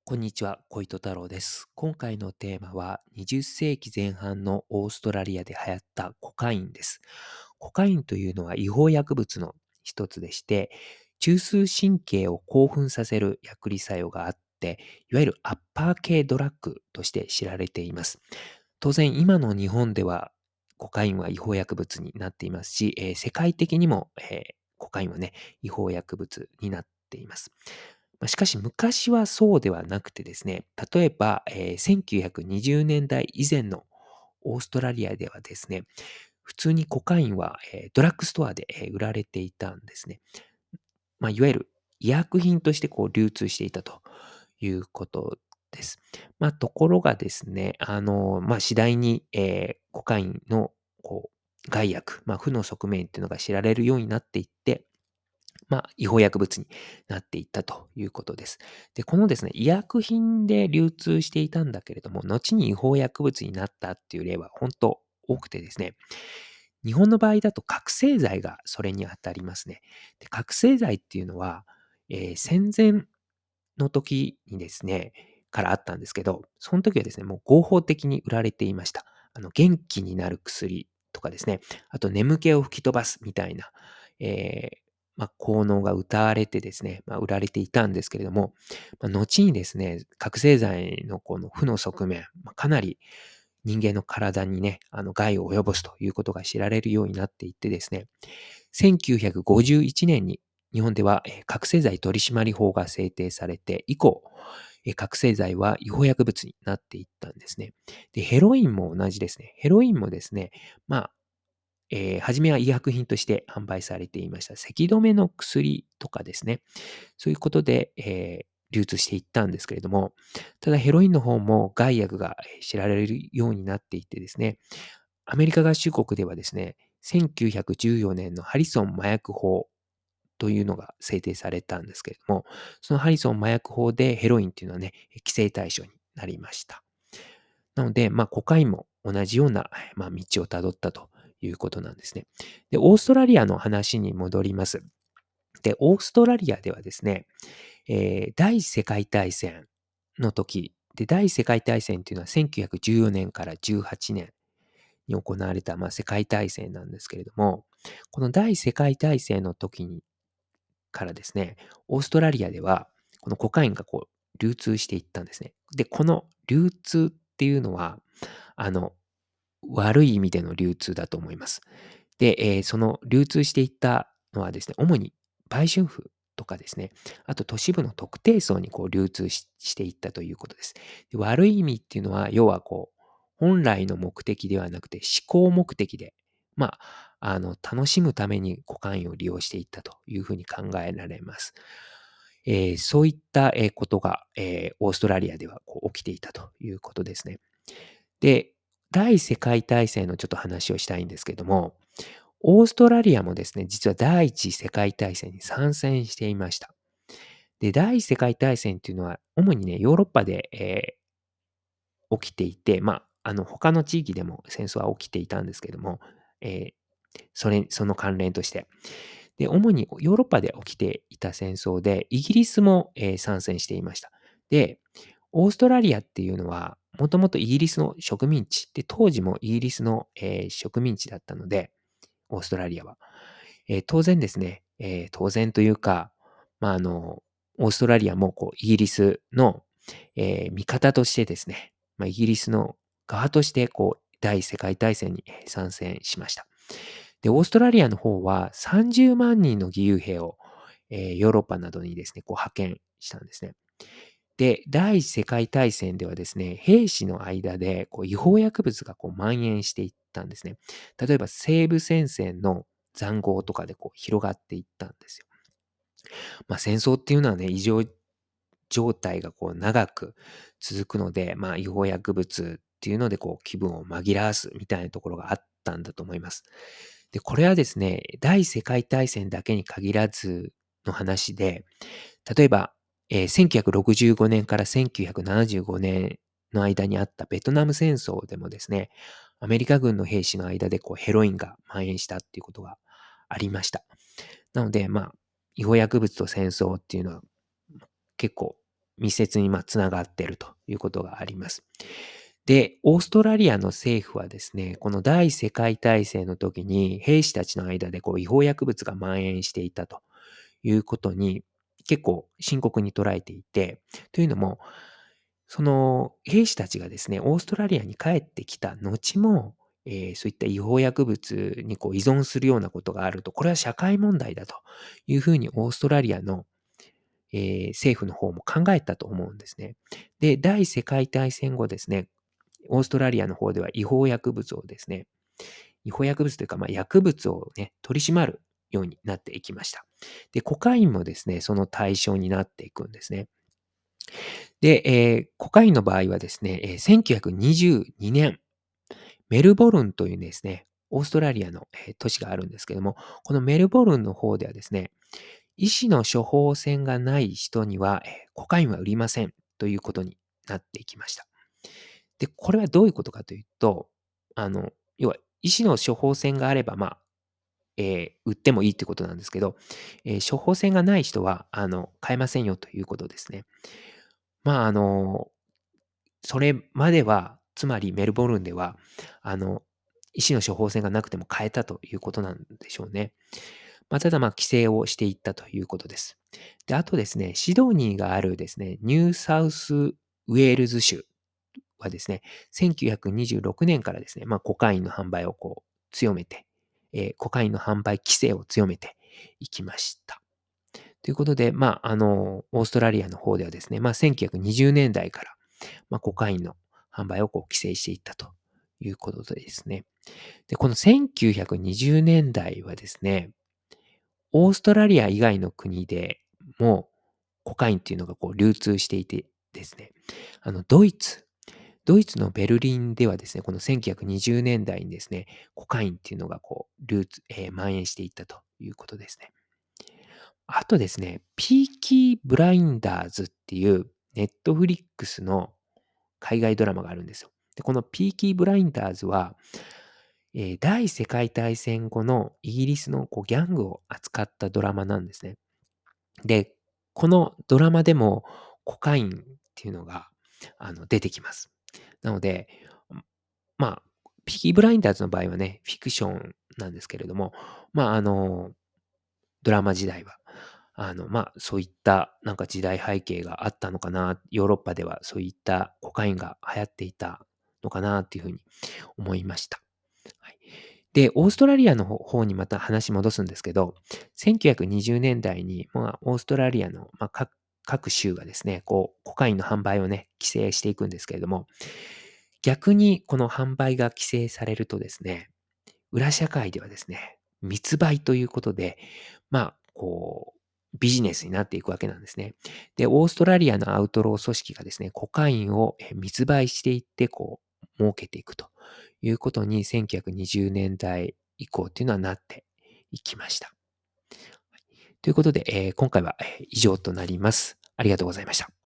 こんにちは、小糸太郎です。今回のテーマは、20世紀前半のオーストラリアで流行ったコカインです。コカインというのは違法薬物の一つでして、中枢神経を興奮させる薬理作用があって、いわゆるアッパー系ドラッグとして知られています。当然、今の日本ではコカインは違法薬物になっていますし、世界的にも、コカインはね、違法薬物になっています。しかし昔はそうではなくてですね、例えば、1920年代以前のオーストラリアではですね、普通にコカインは、ドラッグストアで、売られていたんですね。いわゆる医薬品として流通していたということです。ところがですね、次第に、コカインの害悪、負の側面っていうのが知られるようになっていって、違法薬物になっていったということです。で、このですね、医薬品で流通していたんだけれども、後に違法薬物になったっていう例は本当多くてですね、日本の場合だと覚醒剤がそれに当たりますね。で、覚醒剤っていうのは、戦前の時にですね、からあったんですけど、その時はですね、もう合法的に売られていました。元気になる薬とかですね、あと眠気を吹き飛ばすみたいな、え効能が謳われてですね、売られていたんですけれども、後にですね、覚醒剤のこの負の側面、かなり人間の体にね、害を及ぼすということが知られるようになっていってですね、1951年に日本では覚醒剤取締法が制定されて以降、覚醒剤は違法薬物になっていったんですね。で、ヘロインも同じですね。ヘロインもですね、初めは医薬品として販売されていました。咳止めの薬とかですね。そういうことで、流通していったんですけれども、ただヘロインの方も害悪が知られるようになっていってですね、アメリカ合衆国ではですね、1914年のハリソン麻薬法というのが制定されたんですけれども、そのハリソン麻薬法でヘロインっていうのはね、規制対象になりました。なので、コカインも同じような、道をたどったということなんですね。で、オーストラリアの話に戻ります。で、オーストラリアではですね、第一次世界大戦の時、で、第一次世界大戦っていうのは1914年から18年に行われた、世界大戦なんですけれども、この第一次世界大戦の時にからですね、オーストラリアでは、このコカインが流通していったんですね。で、この流通っていうのは、あの、悪い意味での流通だと思います。で、その流通していったのはですね、主に売春婦とかですね、あと都市部の特定層に流通していったということです。で、悪い意味っていうのは、要は本来の目的ではなくて思考目的で、楽しむためにコカインを利用していったというふうに考えられます。そういった、ことが、オーストラリアでは起きていたということですね。で、第一次世界大戦のちょっと話をしたいんですけども、オーストラリアもですね、実は第一次世界大戦に参戦していました。で、第一次世界大戦っていうのは、主にね、ヨーロッパで、起きていて、他の地域でも戦争は起きていたんですけども、えその関連として。で、主にヨーロッパで起きていた戦争で、イギリスも、参戦していました。で、オーストラリアっていうのは、もともとイギリスの植民地で、当時もイギリスの、植民地だったので、オーストラリアは。当然ですね、当然というか、オーストラリアもイギリスの、味方としてですね、イギリスの側として第一次世界大戦に参戦しました。で、オーストラリアの方は30万人の義勇兵を、ヨーロッパなどにですね、派遣したんですね。で、第一次世界大戦ではですね、兵士の間で違法薬物が蔓延していったんですね。例えば西部戦線の塹壕とかで広がっていったんですよ。戦争っていうのはね、異常状態が長く続くので、違法薬物っていうので気分を紛らわすみたいなところがあったんだと思います。で、これはですね、第一次世界大戦だけに限らずの話で、例えば、1965年から1975年の間にあったベトナム戦争でもですね、アメリカ軍の兵士の間でヘロインが蔓延したっていうことがありました。なので、違法薬物と戦争っていうのは結構密接につながっているということがあります。で、オーストラリアの政府はですね、この第一次世界大戦の時に兵士たちの間で違法薬物が蔓延していたということに結構深刻に捉えていて、というのも、その兵士たちがですね、オーストラリアに帰ってきた後も、そういった違法薬物に依存するようなことがあると、これは社会問題だというふうにオーストラリアの政府の方も考えたと思うんですね。で、第一次世界大戦後ですね、オーストラリアの方では違法薬物をですね、違法薬物というか、薬物をね、取り締まるようになっていきました。で、コカインもですね、その対象になっていくんですね。で、コカインの場合はですね、1922年、メルボルンというですね、オーストラリアの都市があるんですけども、このメルボルンの方ではですね、医師の処方箋がない人には、コカインは売りませんということになっていきました。で、これはどういうことかというと、要は医師の処方箋があれば、売ってもいいってことなんですけど、処方箋がない人は、買えませんよということですね。まあ、あの、それまでは、つまりメルボルンでは、あの、医師の処方箋がなくても買えたということなんでしょうね。ただ、規制をしていったということです。で、あとですね、シドニーがあるですね、ニューサウスウェールズ州はですね、1926年からですね、コカインの販売を強めて、コカインの販売規制を強めていきました。ということで、オーストラリアの方ではですね、1920年代から、コカインの販売を規制していったということでですね。で、この1920年代はですね、オーストラリア以外の国でもコカインっていうのが流通していてですね、ドイツのベルリンではですね、この1920年代にですね、コカインっていうのが蔓延していったということですね。あとですね、ピーキーブラインダーズっていうネットフリックスの海外ドラマがあるんですよ。で、このピーキーブラインダーズは、第一次世界大戦後のイギリスのギャングを扱ったドラマなんですね。で、このドラマでもコカインっていうのが出てきます。なので、まあ、ピーキーブラインダーズの場合はね、フィクションなんですけれども、まあ、あの、ドラマ時代は、そういった時代背景があったのかな、ヨーロッパではそういったコカインが流行っていたのかなっていうふうに思いました。はい。で、オーストラリアの方にまた話戻すんですけど、1920年代に、オーストラリアの、各州がですね、コカインの販売をね、規制していくんですけれども、逆にこの販売が規制されるとですね、裏社会ではですね、密売ということで、ビジネスになっていくわけなんですね。で、オーストラリアのアウトロー組織がですね、コカインを密売していって、儲けていくということに、1920年代以降っていうのはなっていきました。ということで、今回は以上となります。ありがとうございました。